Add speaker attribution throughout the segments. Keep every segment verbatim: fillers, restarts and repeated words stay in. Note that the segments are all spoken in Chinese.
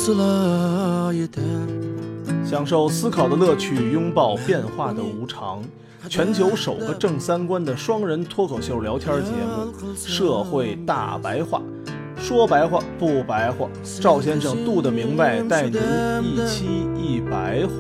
Speaker 1: 享受思考的乐趣，拥抱变化的无常。全球首个正三观的双人脱口秀聊天节目《社会大白话》，说白话不白话，赵先生度得明白，带您一期一白话。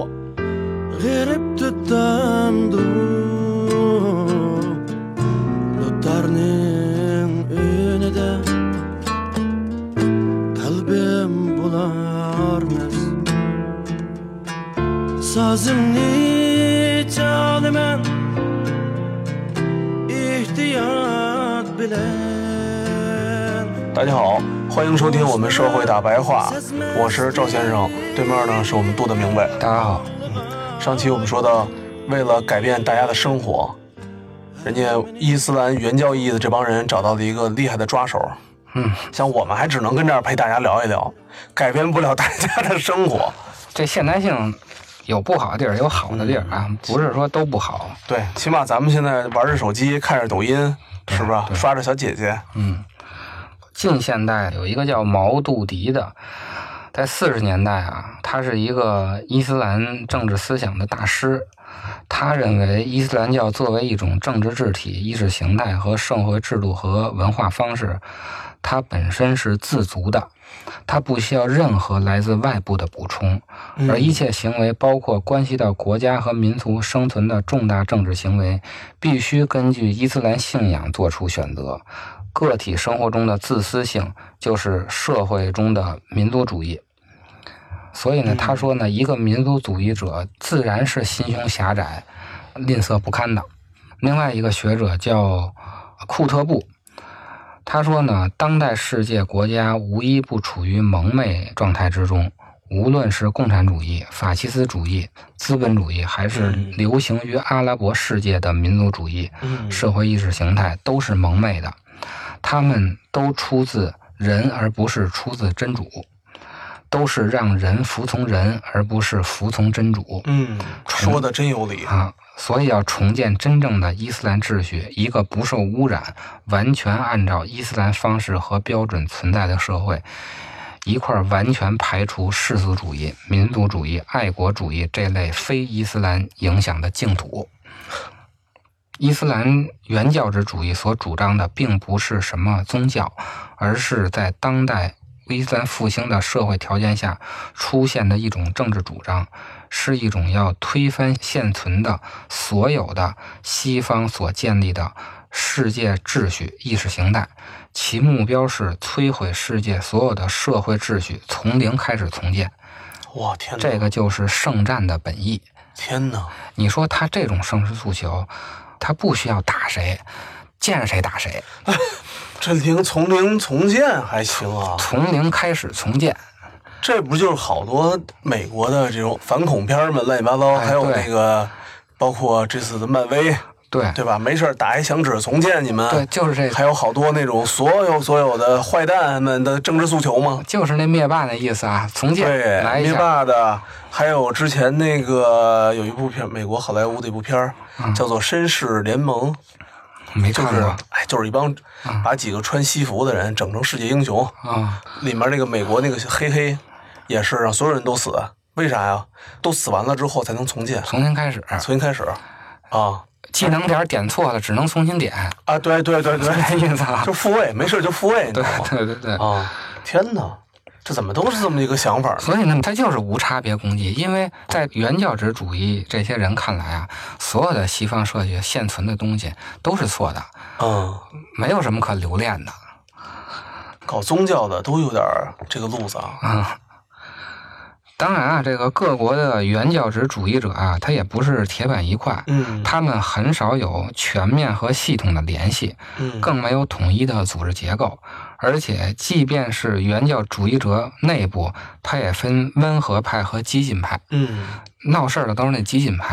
Speaker 1: 大家好，欢迎收听我们社会大白话，我是赵先生，对面呢是我们度得明白。
Speaker 2: 大家好。
Speaker 1: 上期我们说到，为了改变大家的生活，人家伊斯兰原教义的这帮人找到了一个厉害的抓手。嗯，像我们还只能跟这儿陪大家聊一聊，改变不了大家的生活。
Speaker 2: 这现代性有不好的地儿，有好的地儿啊，不是说都不好。
Speaker 1: 对，起码咱们现在玩着手机，看着抖音，是吧？刷着小姐姐。
Speaker 2: 嗯，近现代有一个叫毛杜迪的，在四十年代啊，他是一个伊斯兰政治思想的大师。他认为伊斯兰教作为一种政治制体、意识形态和社会制度和文化方式，它本身是自足的，它不需要任何来自外部的补充，而一切行为，包括关系到国家和民族生存的重大政治行为，必须根据伊斯兰信仰做出选择。个体生活中的自私性就是社会中的民族主义。所以呢，他说呢，一个民族主义者自然是心胸狭窄、吝啬不堪的。另外一个学者叫库特布，他说呢，当代世界国家无一不处于蒙昧状态之中，无论是共产主义、法西斯主义、资本主义，还是流行于阿拉伯世界的民族主义、社会意识形态，都是蒙昧的。他们都出自人，而不是出自真主。都是让人服从人，而不是服从真主。
Speaker 1: 嗯，说的真有理
Speaker 2: 啊！所以要重建真正的伊斯兰秩序，一个不受污染、完全按照伊斯兰方式和标准存在的社会，一块完全排除世俗主义、民族主义、爱国主义这类非伊斯兰影响的净土。伊斯兰原教旨主义所主张的并不是什么宗教，而是在当代伊斯兰复兴的社会条件下出现的一种政治主张，是一种要推翻现存的所有的西方所建立的世界秩序意识形态，其目标是摧毁世界所有的社会秩序，从零开始重建。
Speaker 1: 哇，天哪！
Speaker 2: 这个就是圣战的本意。
Speaker 1: 天哪！
Speaker 2: 你说他这种生死诉求，他不需要打谁，见谁打谁。
Speaker 1: 这零从零重建还行啊，
Speaker 2: 从零开始重建，
Speaker 1: 这不就是好多美国的这种反恐片们乱七八糟，
Speaker 2: 哎、
Speaker 1: 还有那个包括这次的漫威，
Speaker 2: 对
Speaker 1: 对吧？没事打一响指重建你们，
Speaker 2: 对，就是这个。
Speaker 1: 还有好多那种所有所有的坏蛋们的政治诉求吗？
Speaker 2: 就是那灭霸的意思啊，重建
Speaker 1: 对，
Speaker 2: 来一下。
Speaker 1: 灭霸的，还有之前那个有一部片，美国好莱坞的一部片、嗯、叫做《绅士联盟》。
Speaker 2: 没看过，
Speaker 1: 就是哎，就是一帮把几个穿西服的人整成世界英雄
Speaker 2: 啊！
Speaker 1: 里面那个美国那个黑黑也是让所有人都死，为啥呀？都死完了之后才能重建，
Speaker 2: 重新开始，
Speaker 1: 重新开始啊！
Speaker 2: 技能点点错了，只能重新点
Speaker 1: 啊！对对对对，
Speaker 2: 这意思啊，
Speaker 1: 就复位，没事就复位，
Speaker 2: 对对对对
Speaker 1: 啊！天哪！这怎么都是这么一个想法呢？
Speaker 2: 所以呢，它就是无差别攻击，因为在原教旨主义这些人看来啊，所有的西方社会现存的东西都是错的，
Speaker 1: 嗯，
Speaker 2: 没有什么可留恋的。
Speaker 1: 搞宗教的都有点这个路子啊。
Speaker 2: 嗯，当然啊，这个各国的原教旨主义者啊，他也不是铁板一块，
Speaker 1: 嗯，
Speaker 2: 他们很少有全面和系统的联系，
Speaker 1: 嗯，
Speaker 2: 更没有统一的组织结构。而且，即便是原教主义者内部，他也分温和派和激进派。
Speaker 1: 嗯，
Speaker 2: 闹事儿的都是那激进派。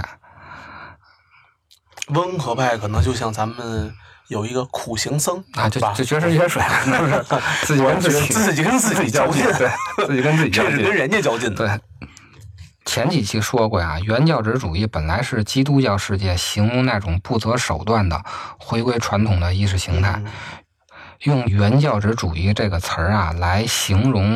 Speaker 1: 温和派可能就像咱们有一个苦行僧
Speaker 2: 啊，就就绝食绝水，是不是？自己跟自己
Speaker 1: 自己跟自己较劲，
Speaker 2: 对，自己跟自己较劲，
Speaker 1: 这是跟人家较劲。
Speaker 2: 对。前几期说过呀，原教旨主义本来是基督教世界形容那种不择手段的回归传统的意识形态。
Speaker 1: 嗯
Speaker 2: 用原教旨主义这个词儿啊，来形容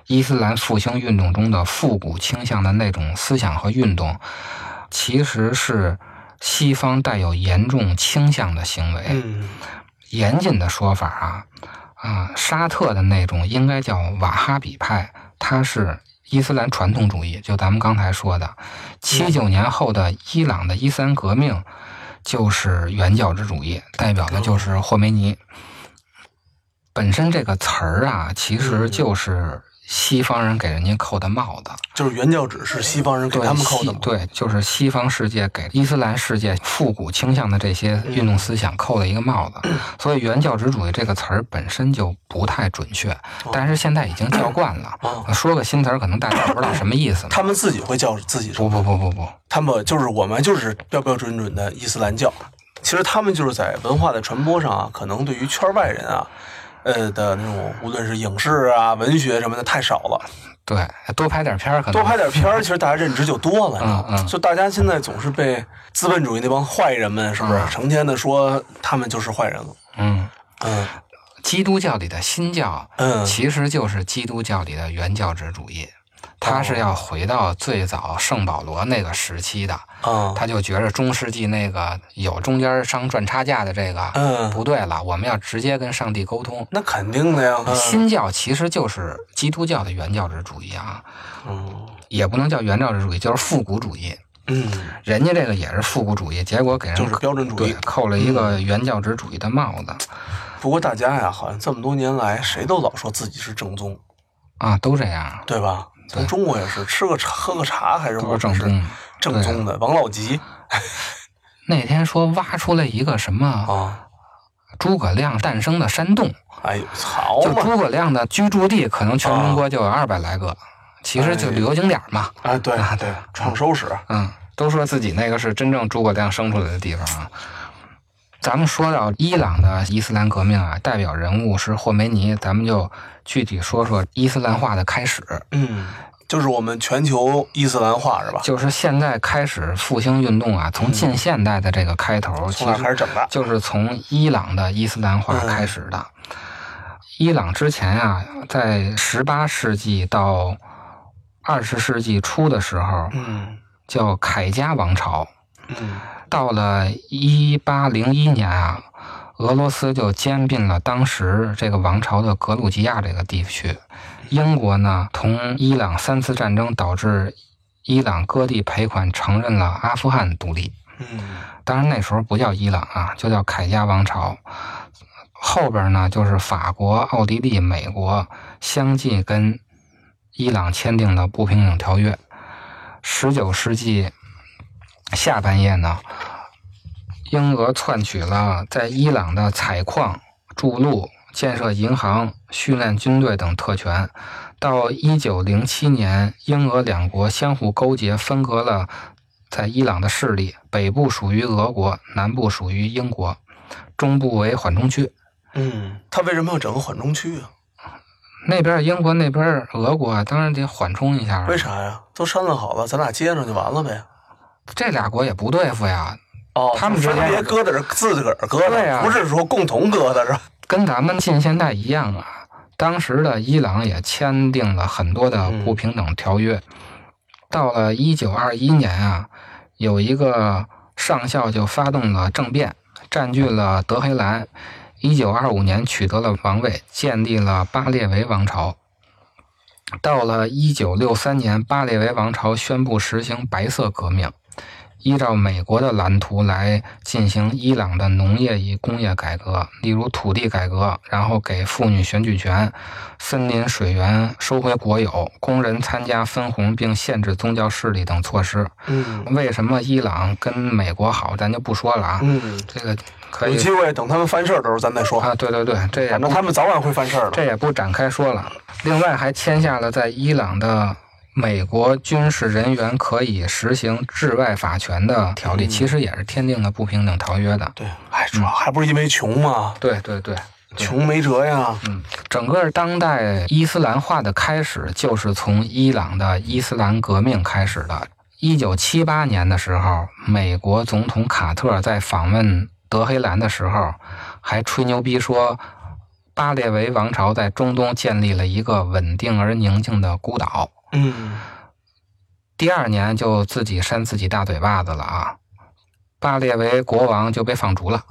Speaker 2: 伊斯兰复兴运动中的复古倾向的那种思想和运动，其实是西方带有严重倾向的行为。
Speaker 1: 嗯，
Speaker 2: 严谨的说法啊，啊，沙特的那种应该叫瓦哈比派，它是伊斯兰传统主义，就咱们刚才说的。七九年后的伊朗的伊斯兰革命就是原教旨主义，代表的就是霍梅尼。本身这个词儿啊，其实就是西方人给人家扣的帽子，
Speaker 1: 就是原教旨是西方人给他们扣的吗？
Speaker 2: 对，就是西方世界给伊斯兰世界复古倾向的这些运动思想扣了一个帽子，嗯、所以原教旨主义这个词儿本身就不太准确，哦、但是现在已经叫惯了。哦、说个新词儿，可能大家不知道什么意思。
Speaker 1: 他们自己会叫自己什么？
Speaker 2: 不不不不不，
Speaker 1: 他们就是我们就是标标准准的伊斯兰教。其实他们就是在文化的传播上啊，可能对于圈外人啊。呃的那种，无论是影视啊、文学什么的，太少了。
Speaker 2: 对，多拍点片儿，可能
Speaker 1: 多拍点片儿，其实大家认知就多了。
Speaker 2: 嗯嗯，
Speaker 1: 就大家现在总是被资本主义那帮坏人们，是不是、嗯、成天的说他们就是坏人了？
Speaker 2: 嗯
Speaker 1: 嗯，
Speaker 2: 基督教里的新教，
Speaker 1: 嗯，
Speaker 2: 其实就是基督教里的原教旨主义。他是要回到最早圣保罗那个时期的，
Speaker 1: 嗯，
Speaker 2: 他就觉着中世纪那个有中间商赚差价的这个，
Speaker 1: 嗯，
Speaker 2: 不对了，我们要直接跟上帝沟通。
Speaker 1: 那肯定的呀。
Speaker 2: 嗯、新教其实就是基督教的原教旨主义啊，
Speaker 1: 嗯，
Speaker 2: 也不能叫原教旨主义，就是复古主义。
Speaker 1: 嗯，
Speaker 2: 人家这个也是复古主义，结果给人
Speaker 1: 就是标准主义，
Speaker 2: 对，扣了一个原教旨主义的帽子。嗯、
Speaker 1: 不过大家呀，好像这么多年来，谁都老说自己是正宗
Speaker 2: 啊，都这样，
Speaker 1: 对吧？从中国也是吃个茶喝个茶还是
Speaker 2: 都是正宗
Speaker 1: 正宗的。王老吉
Speaker 2: 那天说挖出来一个什么
Speaker 1: 啊，
Speaker 2: 诸葛亮诞生的山洞。
Speaker 1: 哎呦，好
Speaker 2: 嘛！就诸葛亮的居住地，可能全中国就有二百来个，啊、其实就旅游景点嘛。
Speaker 1: 哎，对啊，对，创收史。
Speaker 2: 嗯，都说自己那个是真正诸葛亮生出来的地方啊。咱们说到伊朗的伊斯兰革命啊，代表人物是霍梅尼，咱们就具体说说伊斯兰化的开始。
Speaker 1: 嗯，就是我们全球伊斯兰化是吧？
Speaker 2: 就是现在开始复兴运动啊，从近现代的这个开头，
Speaker 1: 嗯、从哪开始整的？
Speaker 2: 就是从伊朗的伊斯兰化开始的。嗯、伊朗之前啊，在十八世纪到二十世纪初的时候，
Speaker 1: 嗯，
Speaker 2: 叫凯加王朝。
Speaker 1: 嗯。
Speaker 2: 到了一八零一年啊，俄罗斯就兼并了当时这个王朝的格鲁吉亚这个地区。英国呢，同伊朗三次战争导致伊朗割地赔款，承认了阿富汗独立。
Speaker 1: 嗯，
Speaker 2: 当然那时候不叫伊朗啊，就叫凯加王朝。后边呢，就是法国、奥地利、美国相继跟伊朗签订了不平等条约。十九世纪下半叶呢，英俄篡取了在伊朗的采矿、筑路、建设银行、训练军队等特权。到一九零七年，英俄两国相互勾结，分割了在伊朗的势力，北部属于俄国，南部属于英国，中部为缓冲区。
Speaker 1: 嗯，他为什么要整个缓冲区啊？
Speaker 2: 那边英国，那边俄国，当然得缓冲一下。
Speaker 1: 为啥呀？都商量好了，咱俩接上就完了呗。
Speaker 2: 这俩国也不对付呀，
Speaker 1: 哦，
Speaker 2: 他们之间
Speaker 1: 别搁的是自个儿搁的，
Speaker 2: 对呀，
Speaker 1: 不是说共同搁的是吧？
Speaker 2: 跟咱们近现代一样啊。当时的伊朗也签订了很多的不平等条约。嗯、到了一九二一年啊，有一个上校就发动了政变，占据了德黑兰。一九二五年取得了王位，建立了巴列维王朝。到了一九六三年，巴列维王朝宣布实行白色革命，依照美国的蓝图来进行伊朗的农业与工业改革，例如土地改革，然后给妇女选举权，森林水源收回国有，工人参加分红，并限制宗教势力等措施。
Speaker 1: 嗯，
Speaker 2: 为什么伊朗跟美国好，咱就不说了啊。
Speaker 1: 嗯，
Speaker 2: 这个可以
Speaker 1: 有机会等他们犯事儿的时候咱再说
Speaker 2: 啊。对对对，这也
Speaker 1: 反正他们早晚会犯事儿的，
Speaker 2: 这也不展开说了。另外还签下了在伊朗的美国军事人员可以实行治外法权的条例，嗯、其实也是签订了不平等条约的。
Speaker 1: 对，哎，主要还不是因为穷吗？
Speaker 2: 嗯、对对对，
Speaker 1: 穷没辙呀。
Speaker 2: 嗯，整个当代伊斯兰化的开始，就是从伊朗的伊斯兰革命开始的。一九七八年的时候，美国总统卡特在访问德黑兰的时候，还吹牛逼说， 巴列维王朝在中东建立了一个稳定而宁静的孤岛。
Speaker 1: 嗯，
Speaker 2: 第二年就自己扇自己大嘴巴子了啊！巴列维国王就被放逐了。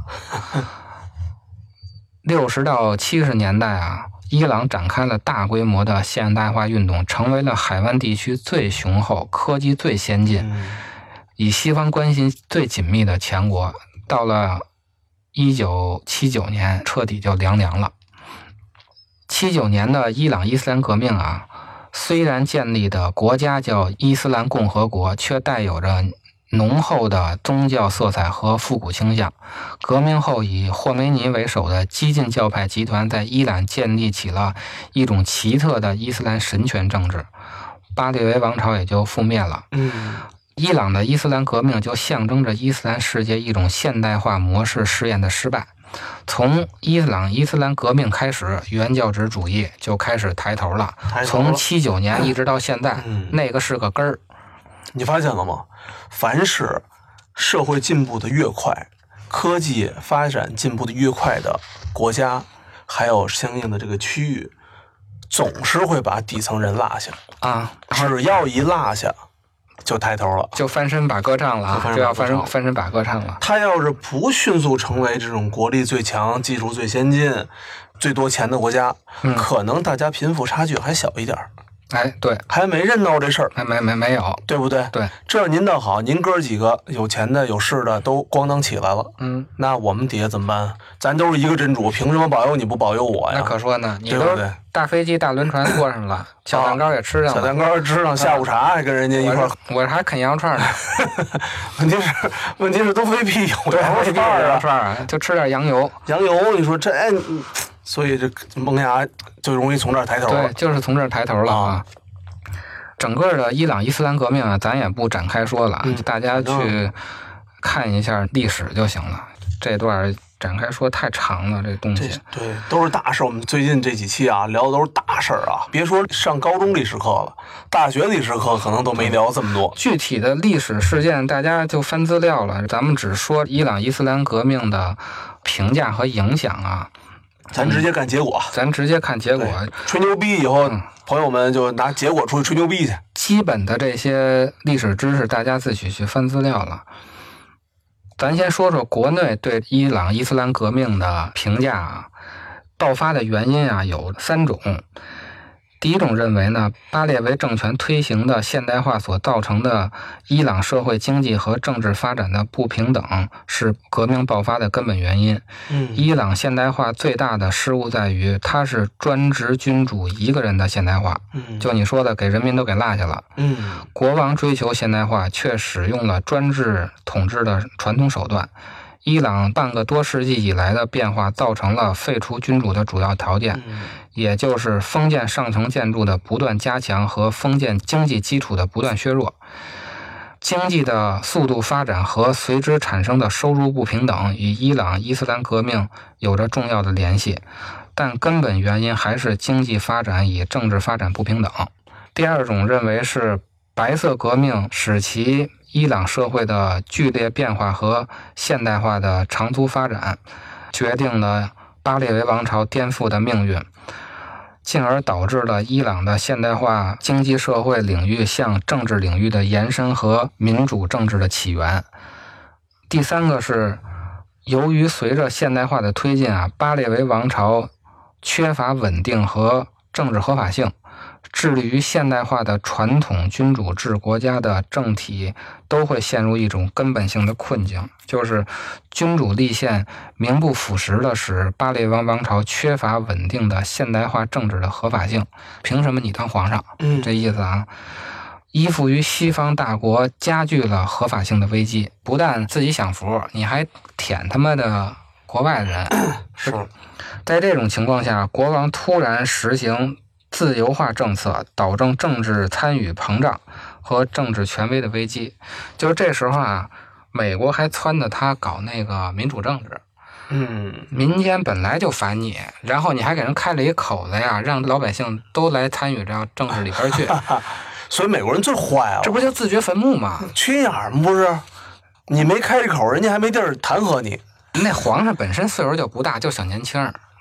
Speaker 2: 六十到七十年代啊，伊朗展开了大规模的现代化运动，成为了海湾地区最雄厚、科技最先进、与西方关系最紧密的强国。到了一九七九年，彻底就凉凉了。七九年的伊朗伊斯兰革命啊，虽然建立的国家叫伊斯兰共和国，却带有着浓厚的宗教色彩和复古倾向。革命后，以霍梅尼为首的激进教派集团在伊朗建立起了一种奇特的伊斯兰神权政治，巴列维王朝也就覆灭了。
Speaker 1: 嗯，
Speaker 2: 伊朗的伊斯兰革命就象征着伊斯兰世界一种现代化模式试验的失败。从伊朗伊斯兰革命开始，原教旨主义就开始抬头了。
Speaker 1: 抬头了
Speaker 2: 从七九年一直到现在，
Speaker 1: 嗯
Speaker 2: 那个是个根儿。
Speaker 1: 你发现了吗？凡是社会进步的越快，科技发展进步的越快的国家，还有相应的这个区域，总是会把底层人落下
Speaker 2: 啊。
Speaker 1: 只要一落下，就抬头了，
Speaker 2: 就翻身把歌唱了啊，就要翻身
Speaker 1: 唱
Speaker 2: 翻身把歌唱了。
Speaker 1: 他要是不迅速成为这种国力最强、技术最先进、最多钱的国家，
Speaker 2: 嗯、
Speaker 1: 可能大家贫富差距还小一点。
Speaker 2: 哎，对，
Speaker 1: 还没认到这事儿，
Speaker 2: 还没没没有，
Speaker 1: 对不对？
Speaker 2: 对，
Speaker 1: 这样您倒好，您哥几个有钱的、有势的都咣当起来了，
Speaker 2: 嗯，
Speaker 1: 那我们底下怎么办？咱都是一个真主，凭什么保佑你不保佑我呀？
Speaker 2: 那可说呢，你都
Speaker 1: 对不对？
Speaker 2: 大飞机、大轮船坐上了，小蛋糕也吃上了，
Speaker 1: 小蛋糕吃上，下午茶还跟人家一块儿，
Speaker 2: 我还啃羊肉串呢。
Speaker 1: 问题是，问题是都未必有羊肉串
Speaker 2: 啊，串啊，就吃点羊油。
Speaker 1: 羊油，你说这，哎，所以这萌芽就容易从这儿抬头了。
Speaker 2: 对，就是从这儿抬头了啊。整个的伊朗伊斯兰革命啊，咱也不展开说了，
Speaker 1: 嗯、
Speaker 2: 大家去看一下历史就行了。这段展开说太长了，这东西。
Speaker 1: 对，都是大事。我们最近这几期啊，聊的都是大事儿啊。别说上高中历史课了，大学历史课可能都没聊这么多。
Speaker 2: 具体的历史事件，大家就翻资料了。咱们只说伊朗伊斯兰革命的评价和影响啊。
Speaker 1: 咱直接看结果，
Speaker 2: 咱直接看结果。
Speaker 1: 吹牛逼以后，嗯、朋友们就拿结果出去吹牛逼去。
Speaker 2: 基本的这些历史知识，大家自己去翻资料了。咱先说说国内对伊朗伊斯兰革命的评价啊，爆发的原因啊有三种。第一种认为呢，巴列维政权推行的现代化所造成的伊朗社会经济和政治发展的不平等是革命爆发的根本原因。
Speaker 1: 嗯，
Speaker 2: 伊朗现代化最大的失误在于，它是专职君主一个人的现代化。
Speaker 1: 嗯，
Speaker 2: 就你说的，给人民都给落下了。
Speaker 1: 嗯，
Speaker 2: 国王追求现代化，却使用了专制统治的传统手段。伊朗半个多世纪以来的变化，造成了废除君主的主要条件，
Speaker 1: 嗯、
Speaker 2: 也就是封建上层建筑的不断加强和封建经济基础的不断削弱。经济的速度发展和随之产生的收入不平等与伊朗伊斯兰革命有着重要的联系，但根本原因还是经济发展与政治发展不平等。第二种认为是白色革命使其伊朗社会的剧烈变化和现代化的长足发展，决定了巴列维王朝颠覆的命运，进而导致了伊朗的现代化经济社会领域向政治领域的延伸和民主政治的起源。第三个是，由于随着现代化的推进啊，巴列维王朝缺乏稳定和政治合法性，致力于现代化的传统君主制国家的政体都会陷入一种根本性的困境，就是君主立宪名不副实的使巴列维王朝缺乏稳定的现代化政治的合法性。凭什么你当皇上？
Speaker 1: 嗯，
Speaker 2: 这意思啊。依附于西方大国，加剧了合法性的危机。不但自己享福，你还舔他妈的国外人。
Speaker 1: 是，
Speaker 2: 在这种情况下，国王突然实行自由化政策，导致政治参与膨胀和政治权威的危机。就是这时候啊，美国还撺掇他搞那个民主政治。
Speaker 1: 嗯，
Speaker 2: 民间本来就烦你，然后你还给人开了一口子呀，让老百姓都来参与这政治里边去。
Speaker 1: 所以美国人最坏了，
Speaker 2: 这不就自掘坟墓吗？
Speaker 1: 缺眼儿吗？不是，你没开口，人家还没地儿弹劾你。
Speaker 2: 那皇上本身岁数就不大，就小年轻，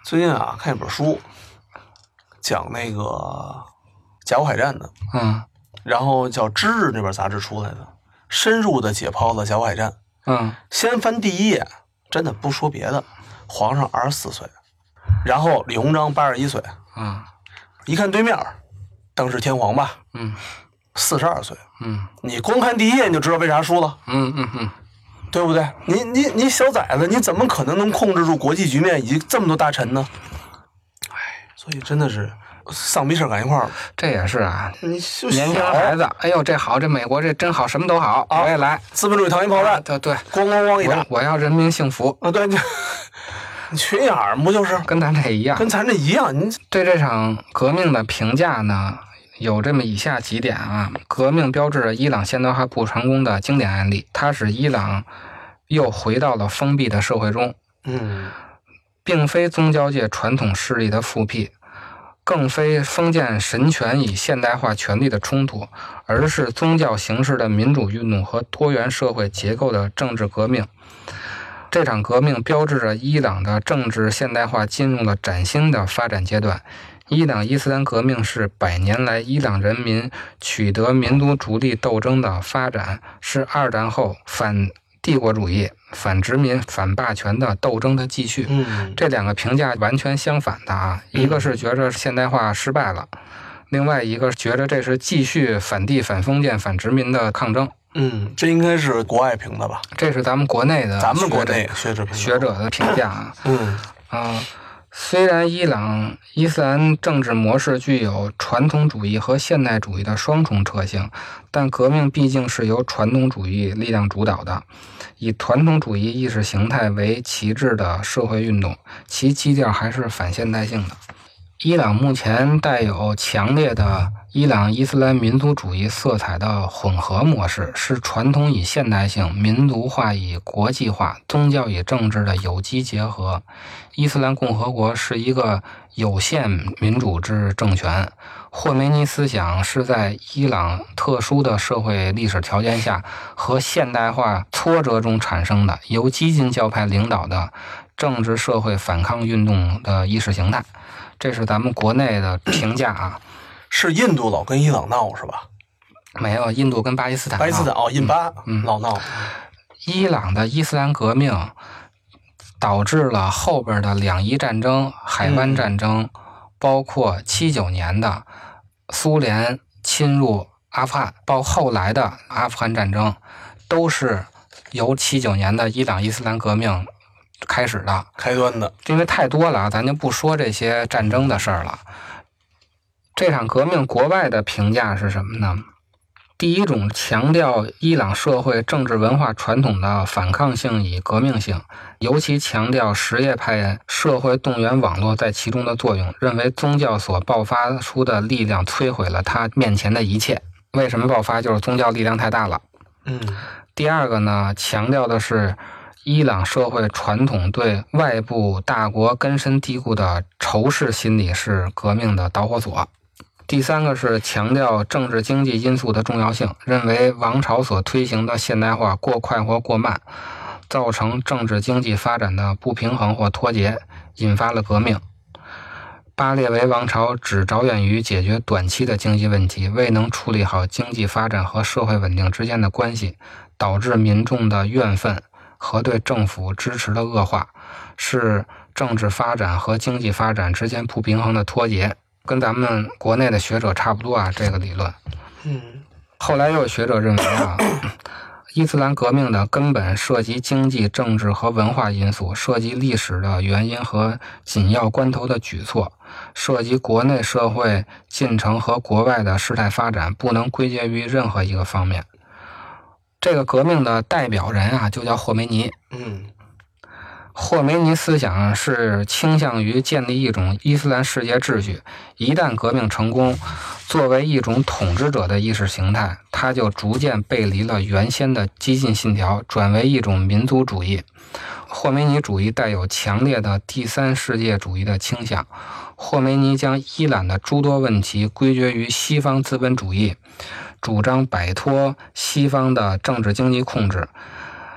Speaker 1: 最近啊，看一本书，讲那个甲午海战的，
Speaker 2: 嗯，
Speaker 1: 然后叫《知日》那本杂志出来的，深入的解剖了甲午海战。
Speaker 2: 嗯，
Speaker 1: 先翻第一页，真的不说别的，皇上二十四岁，然后李鸿章八十一岁，
Speaker 2: 嗯，
Speaker 1: 一看对面，当时天皇吧，
Speaker 2: 嗯，
Speaker 1: 四十二岁，
Speaker 2: 嗯，
Speaker 1: 你光看第一页你就知道为啥输了，
Speaker 2: 嗯嗯嗯，
Speaker 1: 对不对？你你你小崽子，你怎么可能能控制住国际局面以及这么多大臣呢？哎，所以真的是丧逼事赶一块儿。
Speaker 2: 这也是啊，
Speaker 1: 你就
Speaker 2: 年轻孩子，哎呦，这好，这美国这真好，什么都好，
Speaker 1: 啊、
Speaker 2: 我也来。
Speaker 1: 资本主义糖衣炮弹，
Speaker 2: 啊、对对，
Speaker 1: 咣咣咣一打，
Speaker 2: 我, 我要人民幸福
Speaker 1: 啊！对，你群眼儿不就是
Speaker 2: 跟咱这一样，
Speaker 1: 跟咱这一样。你
Speaker 2: 对这场革命的评价呢，有这么以下几点啊：革命标志着伊朗现代化不成功的经典案例，它使伊朗又回到了封闭的社会中。
Speaker 1: 嗯，
Speaker 2: 并非宗教界传统势力的复辟，更非封建神权与现代化权力的冲突，而是宗教形式的民主运动和多元社会结构的政治革命。这场革命标志着伊朗的政治现代化进入了崭新的发展阶段。伊朗伊斯兰革命是百年来伊朗人民取得民族主力斗争的发展，是二战后反帝国主义、反殖民、反霸权的斗争的继续。
Speaker 1: 嗯，
Speaker 2: 这两个评价完全相反的啊，一个是觉着现代化失败了，另外一个觉着这是继续反帝、反封建、反殖民的抗争。
Speaker 1: 嗯，这应该是国外评的吧？
Speaker 2: 这是咱们国内的
Speaker 1: 咱们国内学者
Speaker 2: 学者的评价啊。
Speaker 1: 嗯
Speaker 2: 啊，虽然伊朗伊斯兰政治模式具有传统主义和现代主义的双重特性，但革命毕竟是由传统主义力量主导的，以传统主义意识形态为旗帜的社会运动，其基调还是反现代性的。伊朗目前带有强烈的伊朗伊斯兰民族主义色彩的混合模式，是传统与现代性、民族化与国际化、宗教与政治的有机结合。伊斯兰共和国是一个有限民主制政权，霍梅尼思想是在伊朗特殊的社会历史条件下和现代化挫折中产生的，由激进教派领导的政治社会反抗运动的意识形态。这是咱们国内的评价啊。
Speaker 1: 是印度老跟伊朗闹是吧？
Speaker 2: 没有，印度跟巴基斯坦。
Speaker 1: 巴基斯坦哦，印巴、
Speaker 2: 嗯、
Speaker 1: 老闹。
Speaker 2: 伊朗的伊斯兰革命导致了后边的两伊战争、海湾战争，嗯、包括七九年的苏联侵入阿富汗，包括后来的阿富汗战争，都是由七九年的伊朗伊斯兰革命开始的，
Speaker 1: 开端的。
Speaker 2: 因为太多了，咱就不说这些战争的事儿了。这场革命国外的评价是什么呢？第一种，强调伊朗社会政治文化传统的反抗性与革命性，尤其强调什叶派社会动员网络在其中的作用，认为宗教所爆发出的力量摧毁了他面前的一切。为什么爆发？就是宗教力量太大了。
Speaker 1: 嗯。
Speaker 2: 第二个呢，强调的是伊朗社会传统对外部大国根深蒂固的仇视心理是革命的导火索。第三个是强调政治经济因素的重要性，认为王朝所推行的现代化过快或过慢，造成政治经济发展的不平衡或脱节，引发了革命。巴列维王朝只着眼于解决短期的经济问题，未能处理好经济发展和社会稳定之间的关系，导致民众的怨愤和对政府支持的恶化，是政治发展和经济发展之间不平衡的脱节。跟咱们国内的学者差不多啊，这个理论。
Speaker 1: 嗯，
Speaker 2: 后来又有学者认为啊，伊斯兰革命的根本涉及经济、政治和文化因素，涉及历史的原因和紧要关头的举措，涉及国内社会进程和国外的事态发展，不能归结于任何一个方面。这个革命的代表人啊，就叫霍梅尼。
Speaker 1: 嗯。
Speaker 2: 霍梅尼思想是倾向于建立一种伊斯兰世界秩序，一旦革命成功，作为一种统治者的意识形态，它就逐渐背离了原先的激进信条，转为一种民族主义。霍梅尼主义带有强烈的第三世界主义的倾向。霍梅尼将伊朗的诸多问题归结于西方资本主义，主张摆脱西方的政治经济控制，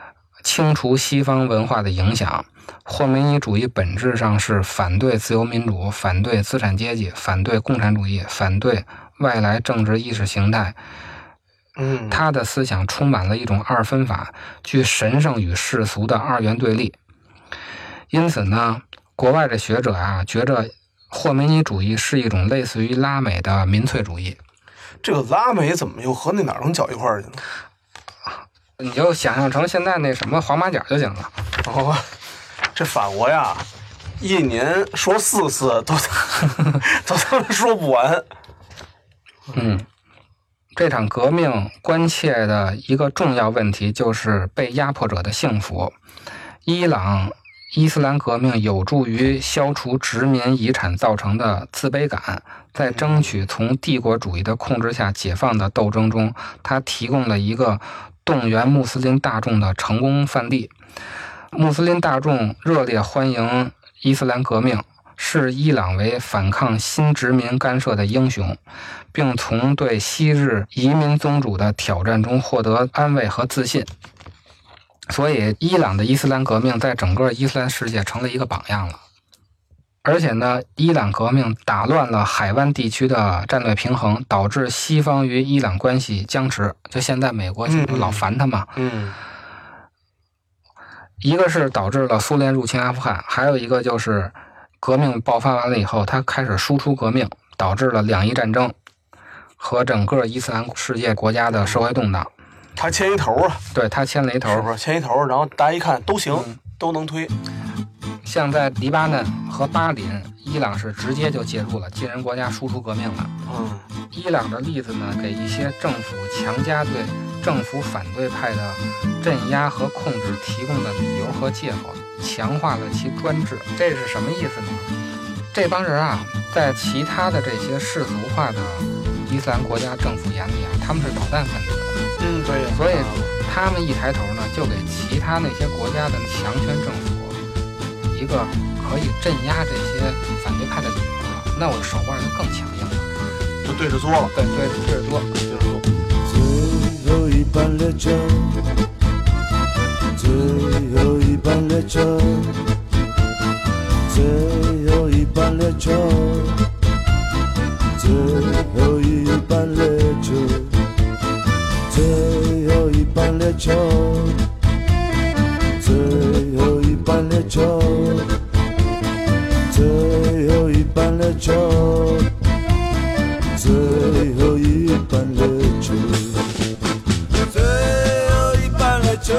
Speaker 2: 清除西方文化的影响。霍梅尼主义本质上是反对自由民主，反对资产阶级，反对共产主义，反对外来政治意识形态。
Speaker 1: 嗯，
Speaker 2: 他的思想充满了一种二分法，具神圣与世俗的二元对立。因此呢，国外的学者啊，觉着霍梅尼主义是一种类似于拉美的民粹主义。
Speaker 1: 这个拉美怎么又和那哪儿能搅一块儿去呢？
Speaker 2: 你就想象成现在那什么黄马甲就行了。
Speaker 1: 哦，这法国呀，一年说四次都都他妈说不完。
Speaker 2: 嗯，这场革命关切的一个重要问题就是被压迫者的幸福。伊朗伊斯兰革命有助于消除殖民遗产造成的自卑感，在争取从帝国主义的控制下解放的斗争中，它提供了一个动员穆斯林大众的成功范例。穆斯林大众热烈欢迎伊斯兰革命，视伊朗为反抗新殖民干涉的英雄，并从对昔日移民宗主的挑战中获得安慰和自信。所以伊朗的伊斯兰革命在整个伊斯兰世界成了一个榜样了。而且呢，伊朗革命打乱了海湾地区的战略平衡，导致西方与伊朗关系僵持。就现在美国老烦他嘛，
Speaker 1: 嗯，
Speaker 2: 一个是导致了苏联入侵阿富汗，还有一个就是革命爆发完了以后，他开始输出革命，导致了两伊战争和整个伊斯兰世界国家的社会动荡。
Speaker 1: 他牵一头啊，
Speaker 2: 对，他牵了一头，
Speaker 1: 是不是牵一头？然后大家一看都行，嗯、都能推。
Speaker 2: 像在黎巴嫩和巴林，伊朗是直接就介入了，进人国家输出革命了。
Speaker 1: 嗯，
Speaker 2: 伊朗的例子呢，给一些政府强加对政府反对派的镇压和控制提供的理由和借口，强化了其专制。这是什么意思呢？这帮人啊，在其他的这些世俗化的伊斯兰国家政府眼里啊，他们是导弹分子。
Speaker 1: 嗯，对。
Speaker 2: 所以他们一抬头呢，就给其他那些国家的强权政府一个可以镇压这些反对派的理由了，那我手腕就更强硬了，
Speaker 1: 就对着作了。
Speaker 2: 对对对着作，
Speaker 1: 对着作。
Speaker 3: 最后一班列车，最后一班列车，最后一班列车，最后一班列车，最后一班列车，最后一班列车，最后一班列车，最后一班列车，最后一班列车，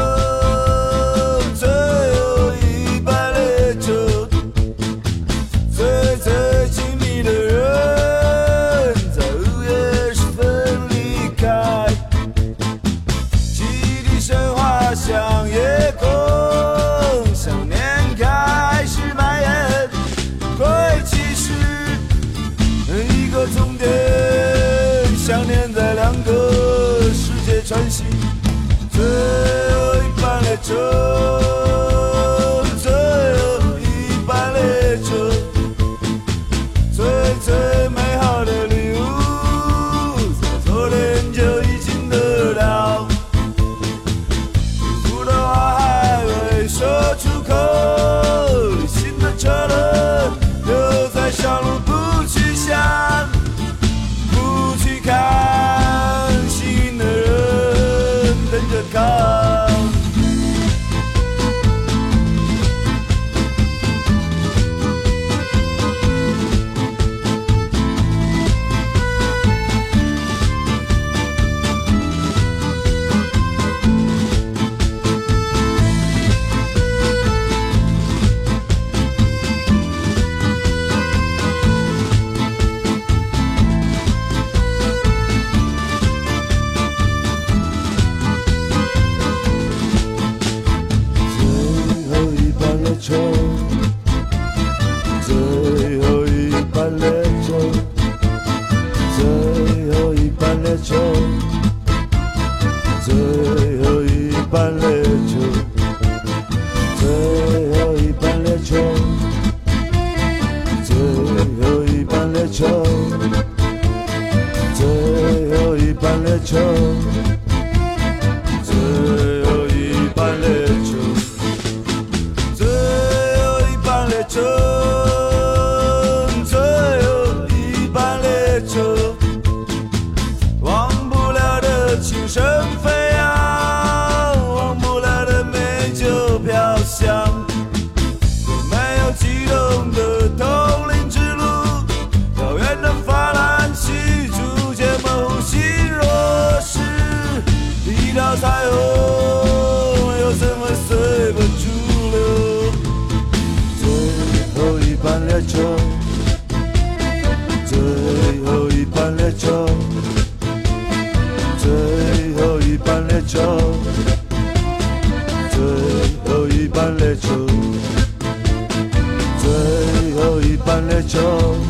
Speaker 3: 最后一班列车，最最亲密的人在午夜时分离开，汽笛声滑向夜空，想念开始蔓延，归期是一个终点，想念在两个世界穿行，最后一班列车，最后一班列车，最最美好的礼物，在昨天就已经得到，祝福的话还未说出口，旅行的车轮留在小路，不去想，不去看，幸运的人等着看。车，最后一班列车，最后一班列车，最后一班列车，最后一班列车，最后一班列车，最后一班列车，最后一班列车。 一条彩虹，有怎会随波逐流？最后一班列车，最后一班列车，最后一班列车，最后一班列车，最后一班列车，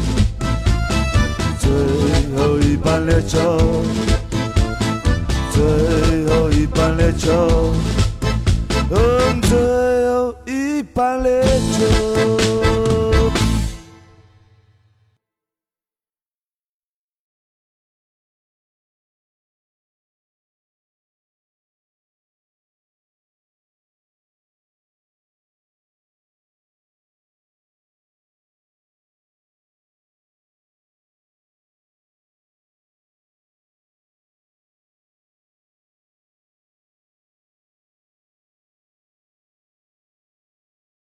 Speaker 3: 最后一班列车，最后一班列车，嗯，最后一班列